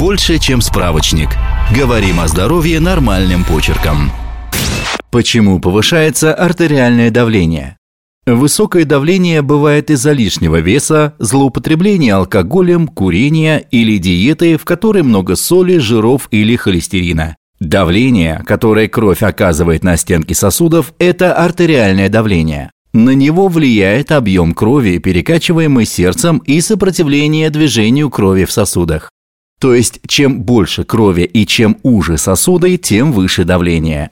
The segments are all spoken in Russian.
Больше, чем справочник. Говорим о здоровье нормальным почерком. Почему повышается артериальное давление? Высокое давление бывает из-за лишнего веса, злоупотребления алкоголем, курения или диеты, в которой много соли, жиров или холестерина. Давление, которое кровь оказывает на стенки сосудов, это артериальное давление. На него влияет объем крови, перекачиваемый сердцем, и сопротивление движению крови в сосудах. То есть, чем больше крови и чем уже сосуды, тем выше давление.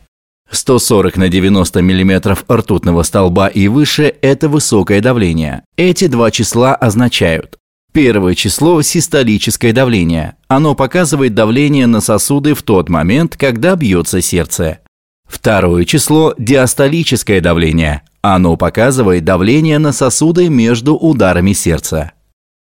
140 на 90 мм ртутного столба и выше – это высокое давление. Эти два числа означают: первое число – систолическое давление. Оно показывает давление на сосуды в тот момент, когда бьется сердце. Второе число – диастолическое давление. Оно показывает давление на сосуды между ударами сердца.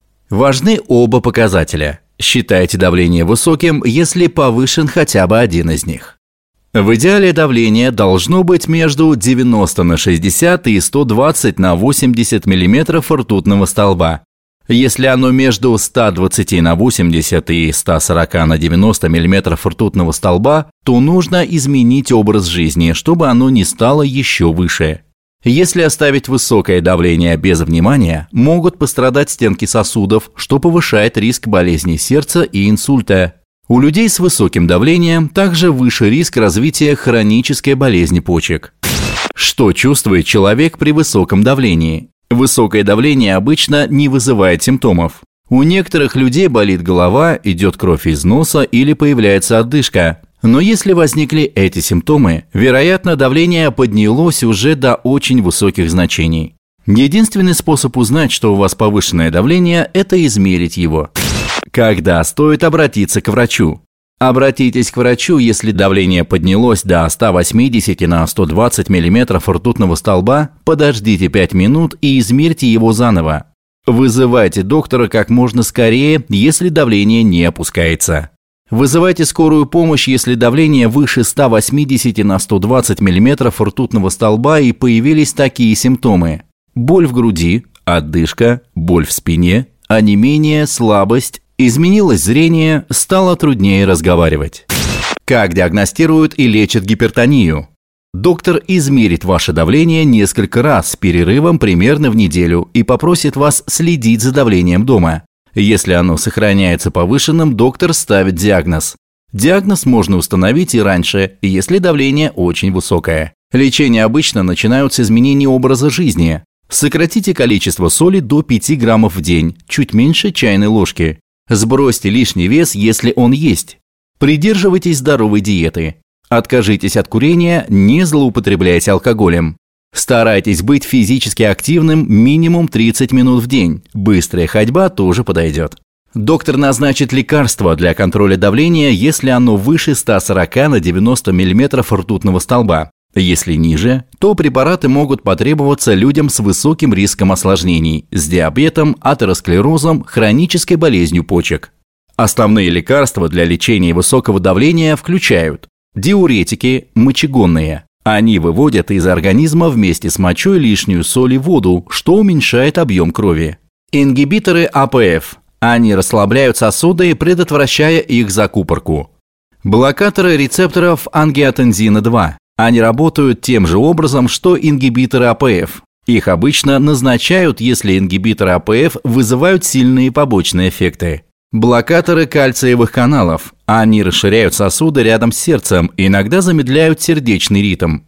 Важны оба показателя. Считайте давление высоким, если повышен хотя бы один из них. В идеале давление должно быть между 90 на 60 и 120 на 80 мм ртутного столба. Если оно между 120 на 80 и 140 на 90 мм ртутного столба, то нужно изменить образ жизни, чтобы оно не стало еще выше. Если оставить высокое давление без внимания, могут пострадать стенки сосудов, что повышает риск болезней сердца и инсульта. У людей с высоким давлением также выше риск развития хронической болезни почек. Что чувствует человек при высоком давлении? Высокое давление обычно не вызывает симптомов. У некоторых людей болит голова, идет кровь из носа или появляется одышка. Но если возникли эти симптомы, вероятно, давление поднялось уже до очень высоких значений. Единственный способ узнать, что у вас повышенное давление, это измерить его. Когда стоит обратиться к врачу? Обратитесь к врачу, если давление поднялось до 180 на 120 мм ртутного столба, подождите 5 минут и измерьте его заново. Вызывайте доктора как можно скорее, если давление не опускается. Вызывайте скорую помощь, если давление выше 180 на 120 мм ртутного столба и появились такие симптомы: боль в груди, одышка, боль в спине, онемение, слабость, изменилось зрение, стало труднее разговаривать. Как диагностируют и лечат гипертонию? Доктор измерит ваше давление несколько раз с перерывом примерно в неделю и попросит вас следить за давлением дома. Если оно сохраняется повышенным, доктор ставит диагноз. Диагноз можно установить и раньше, если давление очень высокое. Лечение обычно начинают с изменения образа жизни. Сократите количество соли до 5 граммов в день, чуть меньше чайной ложки. Сбросьте лишний вес, если он есть. Придерживайтесь здоровой диеты. Откажитесь от курения, не злоупотребляйте алкоголем. Старайтесь быть физически активным минимум 30 минут в день. Быстрая ходьба тоже подойдет. Доктор назначит лекарство для контроля давления, если оно выше 140 на 90 мм ртутного столба. Если ниже, то препараты могут потребоваться людям с высоким риском осложнений, с диабетом, атеросклерозом, хронической болезнью почек. Основные лекарства для лечения высокого давления включают диуретики, мочегонные. Они выводят из организма вместе с мочой лишнюю соль и воду, что уменьшает объем крови. Ингибиторы АПФ. Они расслабляют сосуды, предотвращая их закупорку. Блокаторы рецепторов ангиотензина-2. Они работают тем же образом, что ингибиторы АПФ. Их обычно назначают, если ингибиторы АПФ вызывают сильные побочные эффекты. Блокаторы кальциевых каналов. Они расширяют сосуды рядом с сердцем и иногда замедляют сердечный ритм.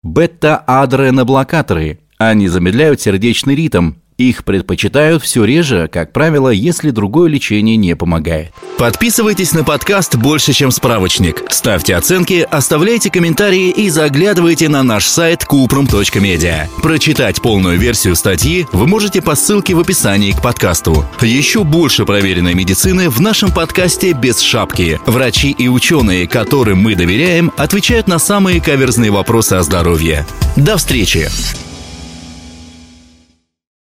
Бета-адреноблокаторы. Они замедляют сердечный ритм. Их предпочитают все реже, как правило, если другое лечение не помогает. Подписывайтесь на подкаст «Больше, чем справочник». Ставьте оценки, оставляйте комментарии и заглядывайте на наш сайт kuprum.media. Прочитать полную версию статьи вы можете по ссылке в описании к подкасту. Еще больше проверенной медицины в нашем подкасте «Без шапки». Врачи и ученые, которым мы доверяем, отвечают на самые каверзные вопросы о здоровье. До встречи!